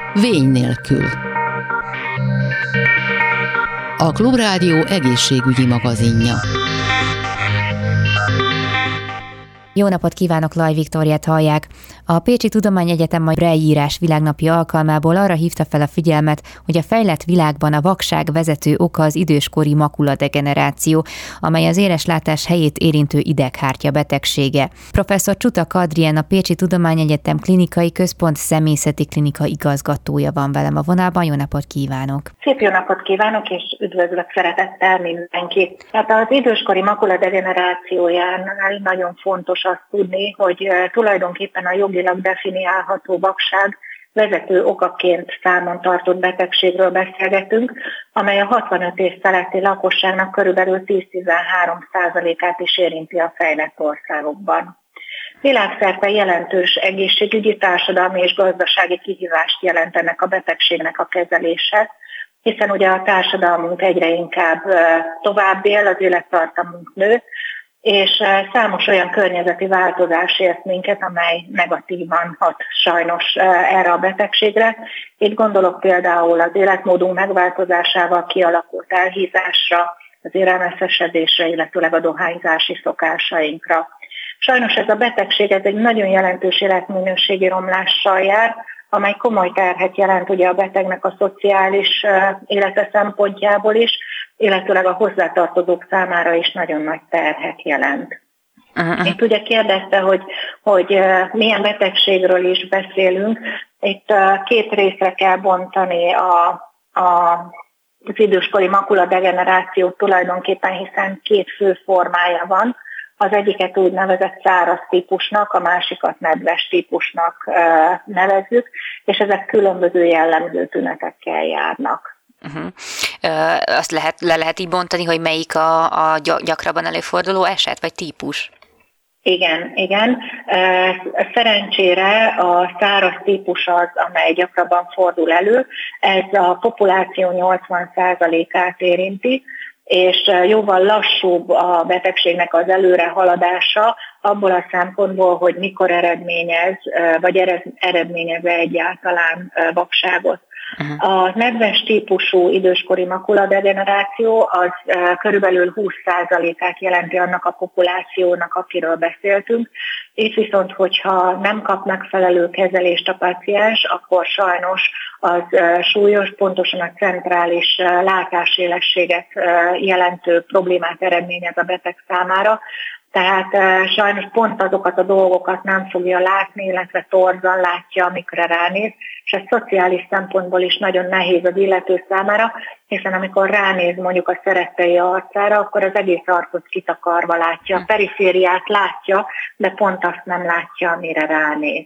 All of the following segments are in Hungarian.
Vény nélkül. A Klubrádió egészségügyi magazinja. Jó napot kívánok, Laj Viktóriát hallják! A Pécsi Tudományegyetem a Braille-írás világnapja alkalmából arra hívta fel a figyelmet, hogy a fejlett világban a vakság vezető oka az időskori makuladegeneráció, amely az éreslátás helyét érintő ideghártya betegsége. Professzor Csutak Adrien, a Pécsi Tudományegyetem Klinikai Központ személyzeti klinika igazgatója van velem a vonalban. Jó napot kívánok! Szép jó napot kívánok, és üdvözlök szeretettel mindenkit! Hát az időskori makuladegenerációjánál nagyon fontos azt tudni, hogy tulajdonképpen a jogilag definiálható vakság vezető okaként számon tartott betegségről beszélgetünk, amely a 65 év feletti lakosságnak körülbelül 10-13%-át is érinti a fejlett országokban. Világszerte jelentős egészségügyi, társadalmi és gazdasági kihívást jelent ennek a betegségnek a kezelése, hiszen ugye a társadalmunk egyre inkább tovább él, az élettartamunk nő, és számos olyan környezeti változás ért minket, amely negatívan hat sajnos erre a betegségre. Itt gondolok például az életmódunk megváltozásával kialakult elhízásra, az élelmeszesedésre, illetőleg a dohányzási szokásainkra. Sajnos ez a betegség egy nagyon jelentős életminőségi romlással jár, amely komoly terhet jelent ugye a betegnek a szociális élete szempontjából is, illetőleg a hozzátartozók számára is nagyon nagy terhet jelent. Itt ugye kérdezte, hogy milyen betegségről is beszélünk. Itt két részre kell bontani az időskori makuladegenerációt tulajdonképpen, hiszen két fő formája van. Az egyiket úgynevezett száraz típusnak, a másikat nedves típusnak nevezzük, és ezek különböző jellemző tünetekkel járnak. Azt le lehet így bontani, hogy melyik a gyakrabban előforduló eset, vagy típus? Igen. Szerencsére a száraz típus az, amely gyakrabban fordul elő. Ez a populáció 80%-át érinti, és jóval lassúbb a betegségnek az előrehaladása abból a szempontból, hogy mikor eredményez, vagy eredményez-e egyáltalán vakságot. A nedves típusú időskori makuladegeneráció az körülbelül 20%-át jelenti annak a populációnak, akiről beszéltünk. Itt viszont, hogyha nem kap megfelelő kezelést a páciens, akkor sajnos az súlyos, pontosan a centrális látásélességet jelentő problémát eredményez a beteg számára. Tehát sajnos pont azokat a dolgokat nem fogja látni, illetve torzan látja, amikre ránéz, és ez szociális szempontból is nagyon nehéz az illető számára, hiszen amikor ránéz mondjuk a szerettei arcára, akkor az egész arcot kitakarva látja, a perifériát látja, de pont azt nem látja, amire ránéz.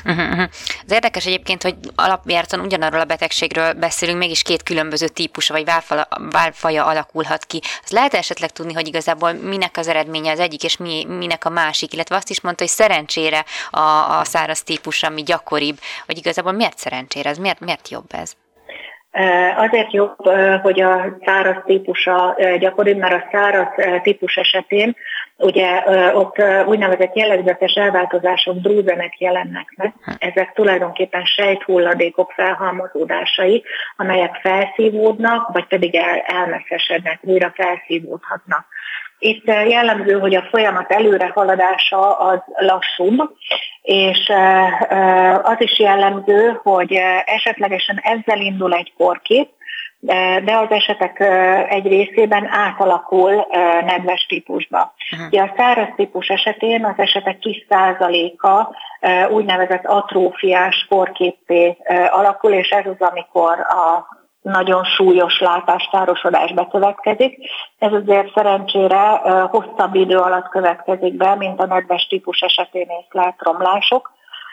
Az érdekes egyébként, hogy alapjáraton ugyanarról a betegségről beszélünk, mégis két különböző típus vagy válfaja alakulhat ki. Az lehet esetleg tudni, hogy igazából minek az eredménye az egyik, és minek a másik, illetve azt is mondta, hogy szerencsére a száraz típus, ami gyakoribb, hogy igazából miért szerencsére, ez miért jobb ez? Azért jobb, hogy a száraz típusa gyakoribb, mert a száraz típus esetén ugye ott úgynevezett jellegzetes elváltozások, drúzenek jelennek meg. Ezek tulajdonképpen sejthulladékok felhalmozódásai, amelyek felszívódnak, vagy pedig elmesszesednek, újra felszívódhatnak. Itt jellemző, hogy a folyamat előrehaladása az lassúbb, és az is jellemző, hogy esetlegesen ezzel indul egy korkép, de az esetek egy részében átalakul nedves típusba. Ugye a száraz típus esetén az esetek 10%-a úgynevezett atrófiás korképpé alakul, és ez az, amikor a nagyon súlyos látáskárosodás bekövetkezik. Ez azért szerencsére hosszabb idő alatt következik be, mint a nedves típus esetén észlelt romlások.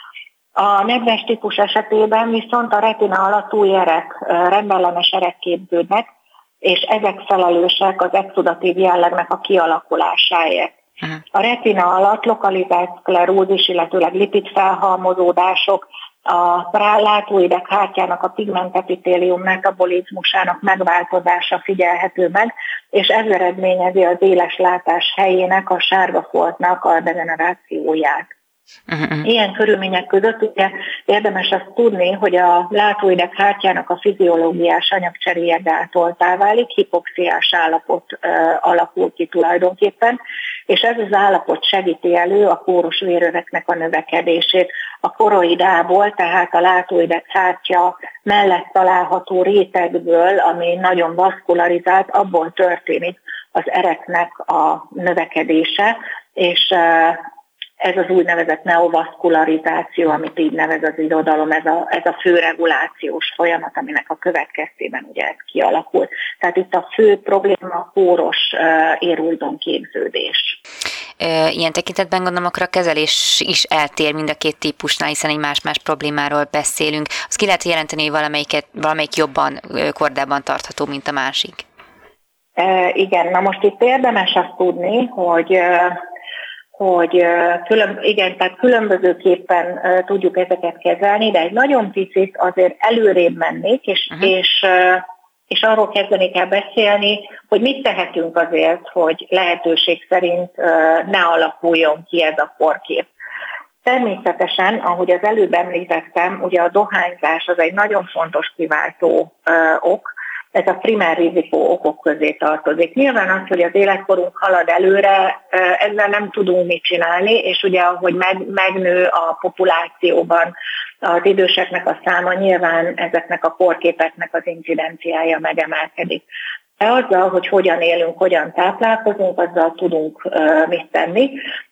A nedves típus esetében viszont a retina alatt új erek, rendellenes erek képződnek, és ezek felelősek az exudatív jellegnek a kialakulásáért. A retina alatt lokalizált szklerózis, illetőleg lipidfelhalmozódások, a látóideghártyának a pigmentepitélium metabolizmusának megváltozása figyelhető meg, és ez eredményezi az éles látás helyének, a sárga foltnak a degenerációját. Ilyen körülmények között ugye érdemes azt tudni, hogy a látóideg hártyának a fiziológiás anyagcseréje gátoltá válik, hipoxiás állapot alakul ki tulajdonképpen, és ez az állapot segíti elő a kóros véröveknek a növekedését. A koroidából, tehát a látóideg hártya mellett található rétegből, ami nagyon vaszkularizált, abból történik az ereknek a növekedése, és ez az úgynevezett neovaszkularizáció, amit így nevez az irodalom, ez a fő regulációs folyamat, aminek a következtében ugye ez kialakul. Tehát itt a fő probléma a kóros érújdon képződés. Ilyen tekintetben gondolom, akkor a kezelés is eltér mind a két típusnál, hiszen egy más-más problémáról beszélünk. Azt ki lehet jelenteni, hogy valamelyik jobban kordában tartható, mint a másik? Igen, na most itt érdemes azt tudni, hogy tehát különbözőképpen tudjuk ezeket kezelni, de egy nagyon picit azért előrébb mennék, és arról kezdenék el beszélni, hogy mit tehetünk azért, hogy lehetőség szerint ne alakuljon ki ez a korkép. Természetesen, ahogy az előbb említettem, ugye a dohányzás az egy nagyon fontos kiváltó ok, ez a primer rizikó okok közé tartozik. Nyilván az, hogy az életkorunk halad előre, ezzel nem tudunk mit csinálni, és ugye ahogy megnő a populációban az időseknek a száma, nyilván ezeknek a korképeknek az incidenciája megemelkedik. De azzal, hogy hogyan élünk, hogyan táplálkozunk, azzal tudunk mit tenni,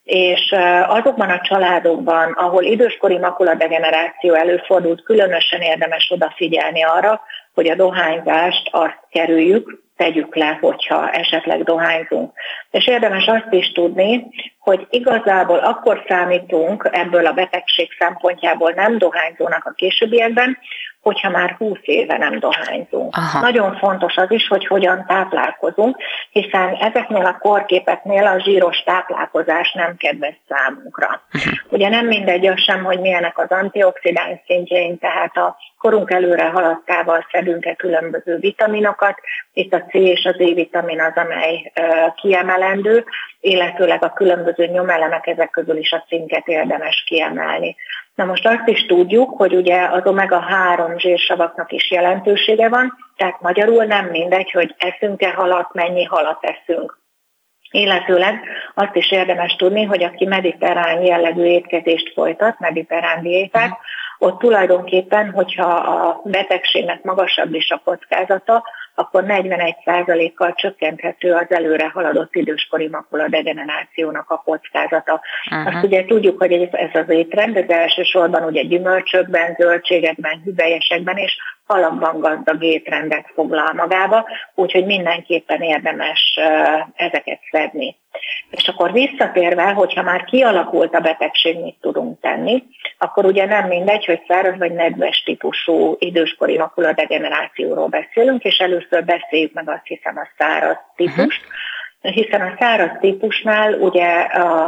és azokban a családokban, ahol időskori makuladegeneráció előfordult, különösen érdemes odafigyelni arra, hogy a dohányzást azt kerüljük, tegyük le, hogyha esetleg dohányzunk. És érdemes azt is tudni, hogy igazából akkor számítunk ebből a betegség szempontjából nem dohányzónak a későbbiekben, hogyha már 20 éve nem dohányzunk. Aha. Nagyon fontos az is, hogy hogyan táplálkozunk, hiszen ezeknél a korképeknél a zsíros táplálkozás nem kedves számunkra. Ugye nem mindegy az sem, hogy milyenek az antioxidáns szintjeink, tehát a korunk előre haladtával szedünk-e különböző vitaminokat. Itt a C és az E-vitamin az, amely kiemelendő, illetőleg a különböző nyomelemek, ezek közül is a cinket érdemes kiemelni. Na most azt is tudjuk, hogy ugye az omega-3 zsírsavaknak is jelentősége van, tehát magyarul nem mindegy, hogy eszünk-e halat, mennyi halat eszünk. Illetőleg azt is érdemes tudni, hogy aki mediterrán jellegű étkezést folytat, mediterrán diétát, ott tulajdonképpen, hogyha a betegségnek magasabb is a kockázata, akkor 41%-kal csökkenthető az előre haladott időskori makuladegenerációnak a kockázata. Azt ugye tudjuk, hogy ez az étrend, ez elsősorban ugye gyümölcsökben, zöldségekben, hüvelyesekben és halakban gazdag étrendet foglal magába, úgyhogy mindenképpen érdemes ezeket szedni. És akkor visszatérve, hogyha már kialakult a betegség, mit tudunk tenni, akkor ugye nem mindegy, hogy száraz vagy nedves típusú időskori makuladegenerációról beszélünk, és először beszéljük meg azt hiszem a száraz típust, hiszen a száraz típusnál ugye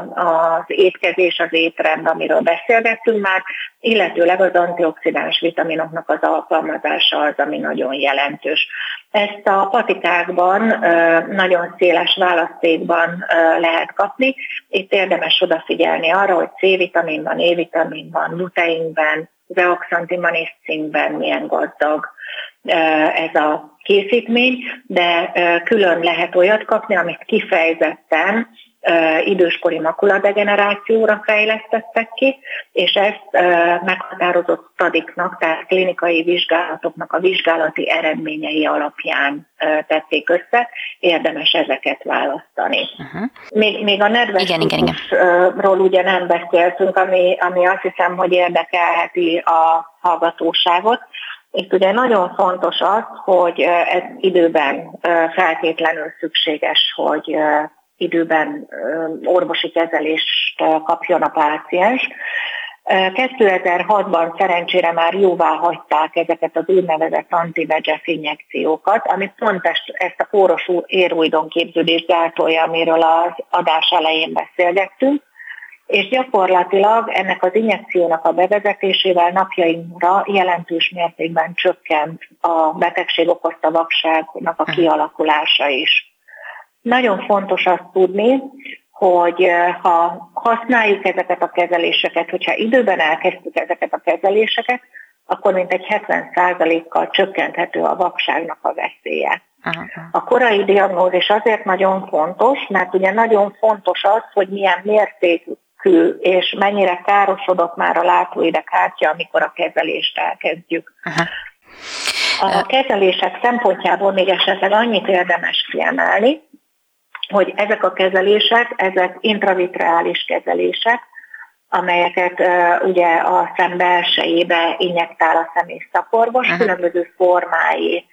az étkezés, az étrend, amiről beszélgettünk már, illetőleg az antioxidáns vitaminoknak az alkalmazása az, ami nagyon jelentős. Ezt a patikákban, nagyon széles választékban lehet kapni. Itt érdemes odafigyelni arra, hogy C-vitaminban, E-vitaminban, luteinben, zeaxantimaniscinkben milyen gazdag ez a készítmény, de külön lehet olyat kapni, amit kifejezetten időskori makuladegenerációra fejlesztettek ki, és ezt meghatározott stadiknak, tehát klinikai vizsgálatoknak a vizsgálati eredményei alapján tették össze, érdemes ezeket választani. Még a nedves típusról ugye nem beszéltünk, ami azt hiszem, hogy érdekelheti a hallgatóságot. Itt ugye nagyon fontos az, hogy ez időben feltétlenül szükséges, hogy időben orvosi kezelést kapjon a páciens. 2006-ban szerencsére már jóvá hagyták ezeket az úgynevezett anti-VEGF injekciókat, ami pont ezt a kóros érújdon képződést gátolja, amiről az adás elején beszélgettünk, és gyakorlatilag ennek az injekciónak a bevezetésével napjainkra jelentős mértékben csökkent a betegség okozta vakságnak a kialakulása is. Nagyon fontos azt tudni, hogy ha használjuk ezeket a kezeléseket, hogyha időben elkezdtük ezeket a kezeléseket, akkor mintegy 70%-kal csökkenthető a vakságnak a veszélye. A korai diagnózis azért nagyon fontos, mert ugye nagyon fontos az, hogy milyen mértékű és mennyire károsodott már a látóideg-hártya, amikor a kezelést elkezdjük. A kezelések szempontjából még esetleg annyit érdemes kiemelni, hogy ezek a kezelések, ezek intravitreális kezelések, amelyeket ugye a szem belsejébe injektál a szemészszakorvos, különböző formái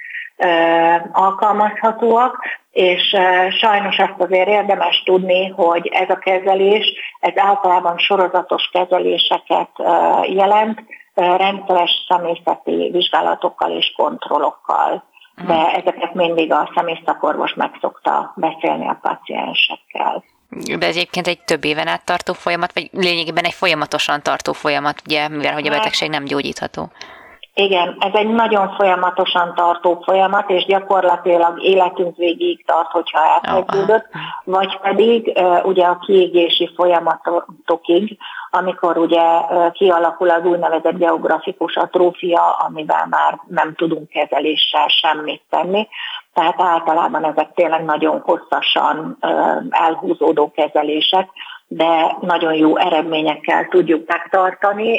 alkalmazhatóak, és sajnos azt azért érdemes tudni, hogy ez a kezelés, ez általában sorozatos kezeléseket jelent, rendszeres szemészeti vizsgálatokkal és kontrollokkal. De ezeket mindig a szemészszakorvos meg szokta beszélni a paciensekkel. De egyébként egy több éven át tartó folyamat, vagy lényegében egy folyamatosan tartó folyamat, ugye, mivel hogy a betegség nem gyógyítható. Igen, ez egy nagyon folyamatosan tartó folyamat, és gyakorlatilag életünk végig tart, hogyha elkezdődött, vagy pedig ugye a kiégési folyamatokig, amikor ugye kialakul az úgynevezett geografikus atrófia, amivel már nem tudunk kezeléssel semmit tenni. Tehát általában ezek tényleg nagyon hosszasan elhúzódó kezelések, de nagyon jó eredményekkel tudjuk megtartani,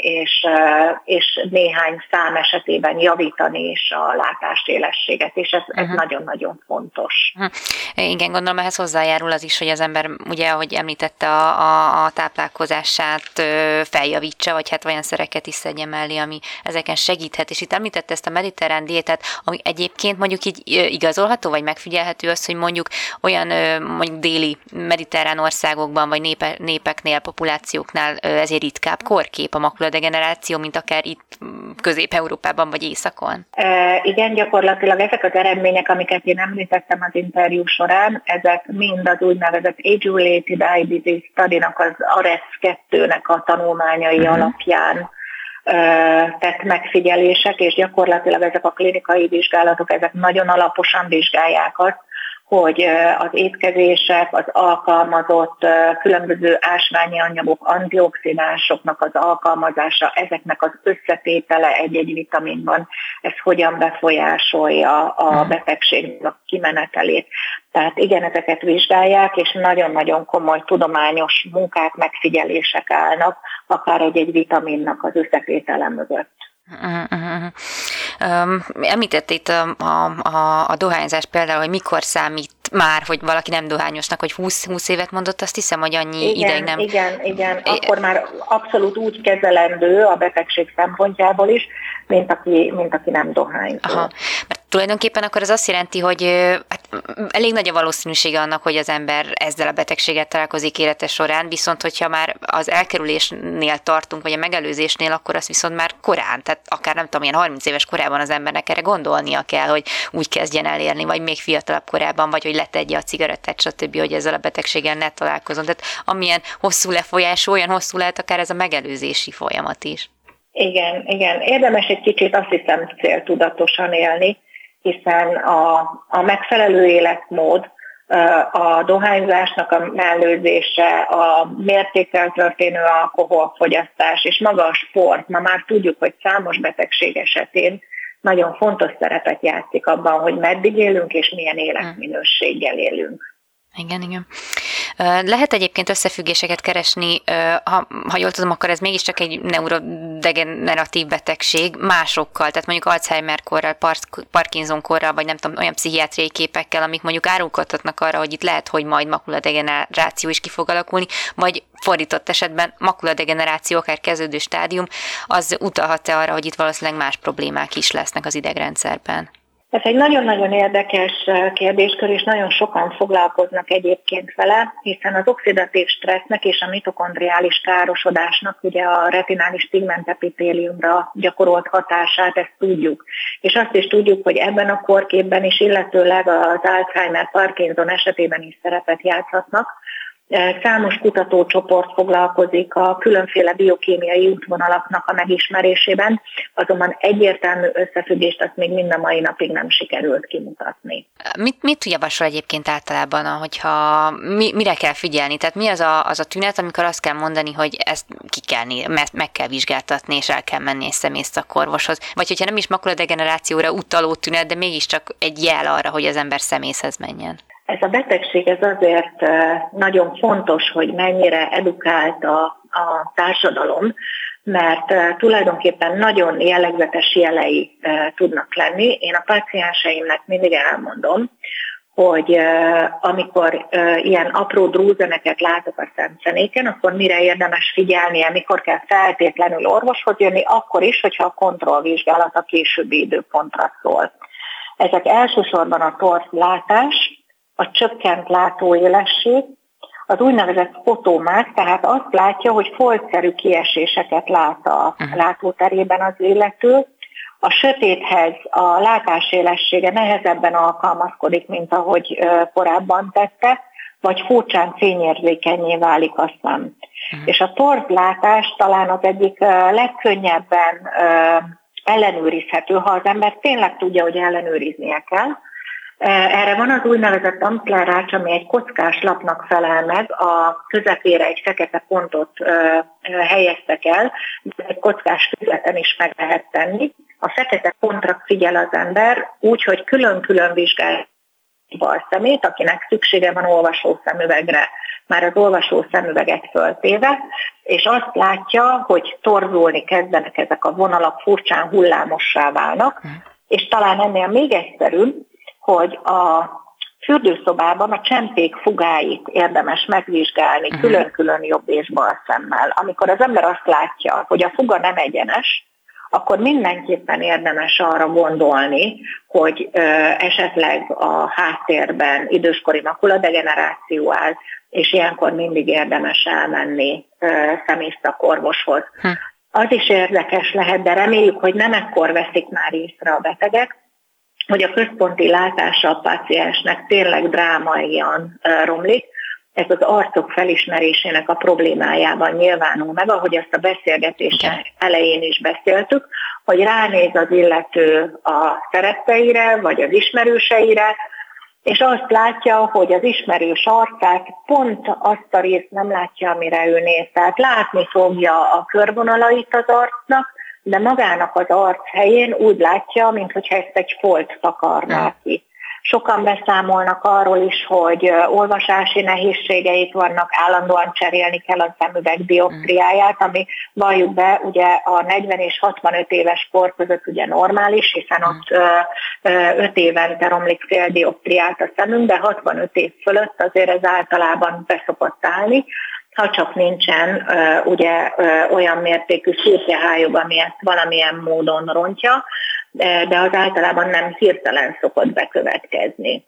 és néhány szám esetében javítani is a látásélességet, és ez nagyon-nagyon fontos. Igen, gondolom ehhez hozzájárul az is, hogy az ember, ugye, ahogy említette, a táplálkozását feljavítsa, vagy hát olyan szereket is szedje mellé, ami ezeken segíthet, és itt említette ezt a mediterrán diétát, ami egyébként mondjuk így igazolható, vagy megfigyelhető az, hogy mondjuk olyan mondjuk déli mediterrán országokban, vagy népeknél, populációknál ezért ritkább korkép a makuladegeneráció, mint akár itt Közép-Európában vagy Északon? Igen, gyakorlatilag ezek az eredmények, amiket én említettem az interjú során, ezek mind az úgynevezett Age-Related Eye Disease Study-nak, az ARES-2-nek a tanulmányai alapján tett megfigyelések, és gyakorlatilag ezek a klinikai vizsgálatok, ezek nagyon alaposan vizsgálják azt, hogy az étkezések, az alkalmazott különböző ásványi anyagok, antioxidánsoknak az alkalmazása, ezeknek az összetétele egy-egy vitaminban, ez hogyan befolyásolja a betegségnek kimenetelét. Tehát igen, ezeket vizsgálják, és nagyon-nagyon komoly tudományos munkák, megfigyelések állnak, akár egy-egy vitaminnak az összetétele mögött. Említette itt a dohányzás például, hogy mikor számít már, hogy valaki nem dohányosnak, hogy 20 évet mondott, azt hiszem, hogy annyi ideig nem. Igen. Akkor már abszolút úgy kezelendő a betegség szempontjából is, mint aki nem dohányzó. Mert tulajdonképpen akkor ez azt jelenti, hogy hát elég nagy a valószínűsége annak, hogy az ember ezzel a betegséggel találkozik élete során, viszont hogyha már az elkerülésnél tartunk, vagy a megelőzésnél, akkor az viszont már korán, tehát akár nem tudom, ilyen 30 éves korában az embernek erre gondolnia kell, hogy úgy kezdjen el élni, vagy még fiatalabb korában, vagy hogy letegye a cigarettát, stb., hogy ezzel a betegséggel ne találkozom. Tehát amilyen hosszú lefolyású, olyan hosszú lehet akár ez a megelőzési folyamat is. Igen. Érdemes egy kicsit, azt hiszem, céltudatosan élni, hiszen a megfelelő életmód, a dohányzásnak a mellőzése, a mértékkel történő alkoholfogyasztás és maga a sport, ma már tudjuk, hogy számos betegség esetén nagyon fontos szerepet játszik abban, hogy meddig élünk és milyen életminőséggel élünk. Igen. Lehet egyébként összefüggéseket keresni, ha jól tudom, akkor ez mégiscsak egy neurodegeneratív betegség másokkal, tehát mondjuk Alzheimer-korral, Parkinson-korral, vagy nem tudom, olyan pszichiátriai képekkel, amik mondjuk árulkodhatnak arra, hogy itt lehet, hogy majd makuladegeneráció is ki fog alakulni, vagy fordított esetben makuladegeneráció, akár kezdődő stádium, az utalhat-e arra, hogy itt valószínűleg más problémák is lesznek az idegrendszerben? Ez egy nagyon-nagyon érdekes kérdéskör, és nagyon sokan foglalkoznak egyébként vele, hiszen az oxidatív stressznek és a mitokondriális károsodásnak ugye a retinális pigmentepitéliumra gyakorolt hatását, ezt tudjuk. És azt is tudjuk, hogy ebben a korképben is, illetőleg az Alzheimer, Parkinson esetében is szerepet játszhatnak, Számos kutatócsoport foglalkozik a különféle biokémiai útvonalaknak a megismerésében, azonban egyértelmű összefüggést azt még mind a mai napig nem sikerült kimutatni. Mit javasol egyébként általában, hogyha mire kell figyelni? Tehát mi az a tünet, amikor azt kell mondani, hogy ezt ki kell meg kell vizsgáltatni, és el kell menni egy szemészszakorvoshoz? Vagy hogyha nem is makuladegenerációra utaló tünet, de mégiscsak egy jel arra, hogy az ember szemészhez menjen? Ez a betegség ez azért nagyon fontos, hogy mennyire edukált a társadalom, mert tulajdonképpen nagyon jellegzetes jelei tudnak lenni. Én a pácienseimnek mindig elmondom, hogy amikor ilyen apró drúzeneket látok a szemszenéken, akkor mire érdemes figyelnie, mikor kell feltétlenül orvoshoz jönni, akkor is, hogyha a kontrollvizsgálat a későbbi időpontra szól. Ezek elsősorban a torzlátás, a csökkent látóélesség, az úgynevezett fotómák, tehát azt látja, hogy foltszerű kieséseket lát a látóterében az illető. A sötéthez a látásélessége nehezebben alkalmazkodik, mint ahogy korábban tette, vagy furcsán fényérzékennyé válik a szem. És a torzlátás talán az egyik legkönnyebben ellenőrizhető, ha az ember tényleg tudja, hogy ellenőriznie kell. Erre van az úgynevezett Amsler-rács, ami egy kockás lapnak felel meg, a közepére egy fekete pontot helyeztek el, de egy kockás füzeten is meg lehet tenni. A fekete pontra figyel az ember úgy, hogy külön-külön vizsgál bal szemét, akinek szüksége van olvasószemüvegre, már az olvasószemüveget föltéve, és azt látja, hogy torzulni kezdenek ezek a vonalak, furcsán hullámossá válnak, és talán ennél még egyszerűbb, hogy a fürdőszobában a csempék fugáit érdemes megvizsgálni külön-külön jobb és bal szemmel. Amikor az ember azt látja, hogy a fuga nem egyenes, akkor mindenképpen érdemes arra gondolni, hogy esetleg a háttérben időskori makuladegeneráció áll, és ilyenkor mindig érdemes elmenni szemészszakorvoshoz. Az is érdekes lehet, de reméljük, hogy nem ekkor veszik már észre a betegek, hogy a központi látása a páciensnek tényleg drámaian romlik. Ez az arcok felismerésének a problémájában nyilvánul meg, ahogy azt a beszélgetés elején is beszéltük, hogy ránéz az illető a szeretteire, vagy az ismerőseire, és azt látja, hogy az ismerős arcát pont azt a részt nem látja, amire ő néz. Tehát látni fogja a körvonalait az arcnak, de magának az arc helyén úgy látja, mintha ezt egy folt takarná ki. Sokan beszámolnak arról is, hogy olvasási nehézségeik vannak, állandóan cserélni kell a szemüveg dioptriáját, ami valljuk be, ugye a 40 és 65 éves kor között ugye normális, hiszen ott 5 évente romlik fél dioptriát a szemünk, de 65 év fölött azért ez általában beszokott állni, ha csak nincsen olyan mértékű szürkehályog, ami ezt valamilyen módon rontja, de az általában nem hirtelen szokott bekövetkezni.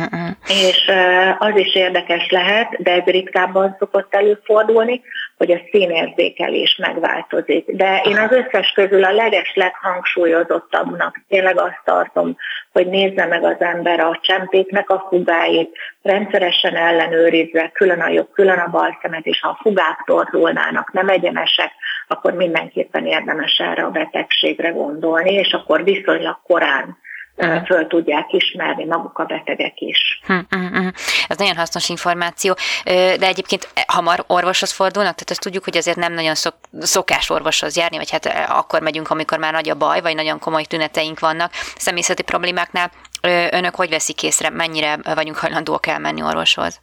És az is érdekes lehet, de ez ritkábban szokott előfordulni, hogy a színérzékelés megváltozik. De én az összes közül a leghangsúlyozottabbnak tényleg azt tartom, hogy nézze meg az ember a csempéknek a fugáit, rendszeresen ellenőrizve külön a jobb, külön a bal szemet, és ha a fugák torzulnának, nem egyenesek, akkor mindenképpen érdemes erre a betegségre gondolni, és akkor viszonylag korán föl tudják ismerni maguk a betegek is. Ez nagyon hasznos információ, de egyébként hamar orvoshoz fordulnak, tehát azt tudjuk, hogy azért nem nagyon szokás orvoshoz járni, vagy hát akkor megyünk, amikor már nagy a baj, vagy nagyon komoly tüneteink vannak. Személyzeti problémáknál önök hogy veszik észre, mennyire vagyunk hajlandóak elmenni orvoshoz?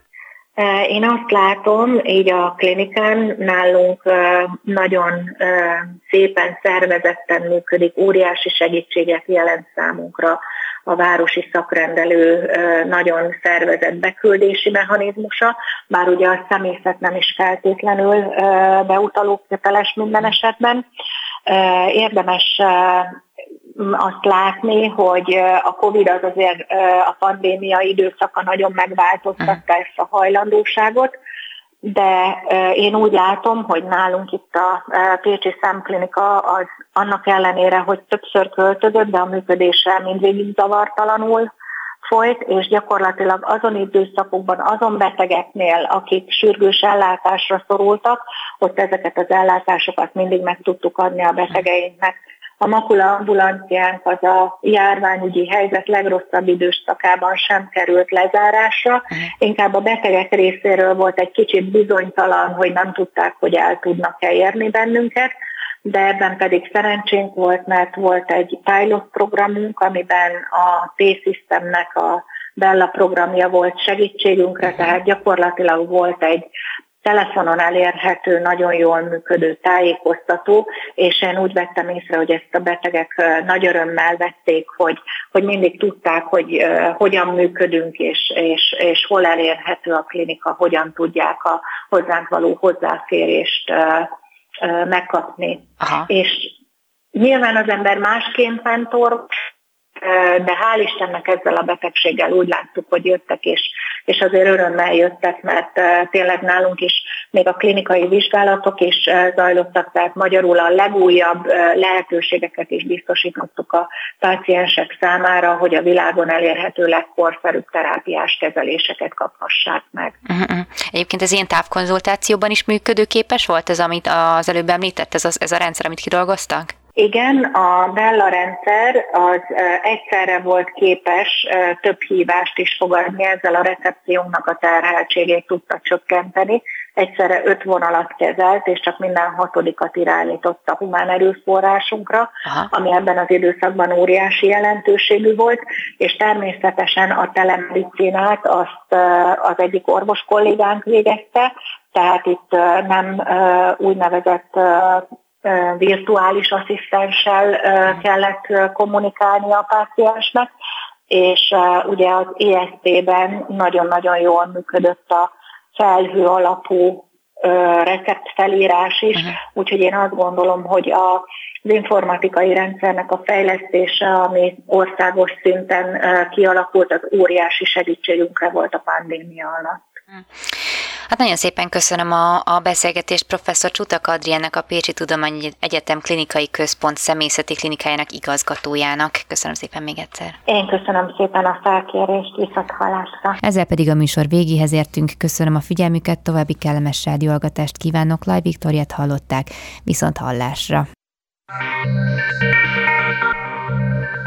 Én azt látom, így a klinikán nálunk nagyon szépen szervezetten működik, óriási segítséget jelent számunkra a városi szakrendelő nagyon szervezett beküldési mechanizmusa, bár ugye a személyzet nem is feltétlenül beutalóköteles minden esetben. Érdemes azt látni, hogy a Covid az azért a pandémia időszaka nagyon megváltoztatta ezt a hajlandóságot, de én úgy látom, hogy nálunk itt a Pécsi Szemklinika az annak ellenére, hogy többször költözött, de a működése mindvégig zavartalanul folyt, és gyakorlatilag azon időszakokban, azon betegeknél, akik sürgős ellátásra szorultak, ott ezeket az ellátásokat mindig meg tudtuk adni a betegeinknek. A makula ambulanciánk az a járványügyi helyzet legrosszabb időszakában sem került lezárásra. Inkább a betegek részéről volt egy kicsit bizonytalan, hogy nem tudták, hogy el tudnak-e érni bennünket, de ebben pedig szerencsénk volt, mert volt egy pilot programunk, amiben a T-Systemnek a Bella programja volt segítségünkre, tehát gyakorlatilag volt egy telefonon elérhető, nagyon jól működő tájékoztató, és én úgy vettem észre, hogy ezt a betegek nagy örömmel vették, hogy mindig tudták, hogy hogyan működünk, és hol elérhető a klinika, hogyan tudják a hozzánk való hozzáférést megkapni. Aha. És nyilván az ember másként ment orvos, de hál' Istennek ezzel a betegséggel úgy láttuk, hogy jöttek, és azért örömmel jöttek, mert tényleg nálunk is még a klinikai vizsgálatok is zajlottak, tehát magyarul a legújabb lehetőségeket is biztosítottuk a páciensek számára, hogy a világon elérhető legkorszerűbb terápiás kezeléseket kaphassák meg. Egyébként ez ilyen távkonzultációban is működőképes volt ez, amit az előbb említett, ez a rendszer, amit kidolgoztak? Igen, a Bella rendszer az egyszerre volt képes több hívást is fogadni, ezzel a recepciónknak a terheltségét tudta csökkenteni. Egyszerre 5 vonalat kezelt, és csak minden 6. irányított a humán erőforrásunkra, ami ebben az időszakban óriási jelentőségű volt, és természetesen a telemedicinát azt az egyik orvos kollégánk végezte, tehát itt nem úgynevezett virtuális asszisztenssel kellett kommunikálni a páciensnek, és ugye az EST-ben nagyon-nagyon jól működött a felhő alapú receptfelírás is, úgyhogy én azt gondolom, hogy az informatikai rendszernek a fejlesztése, ami országos szinten kialakult, az óriási segítségünkre volt a pandémia alatt. Hát nagyon szépen köszönöm a beszélgetést professzor Csutak Adriennek, a Pécsi Tudományegyetem Klinikai Központ személyzeti klinikájának igazgatójának. Köszönöm szépen még egyszer. Én köszönöm szépen a felkérést, viszonthallásra. Ezzel pedig a műsor végéhez értünk. Köszönöm a figyelmüket, további kellemes rádióhallgatást kívánok. Laj Viktóriát hallották, viszonthallásra.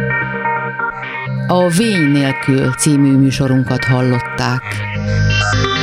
A Vény nélkül című műsorunkat hallották.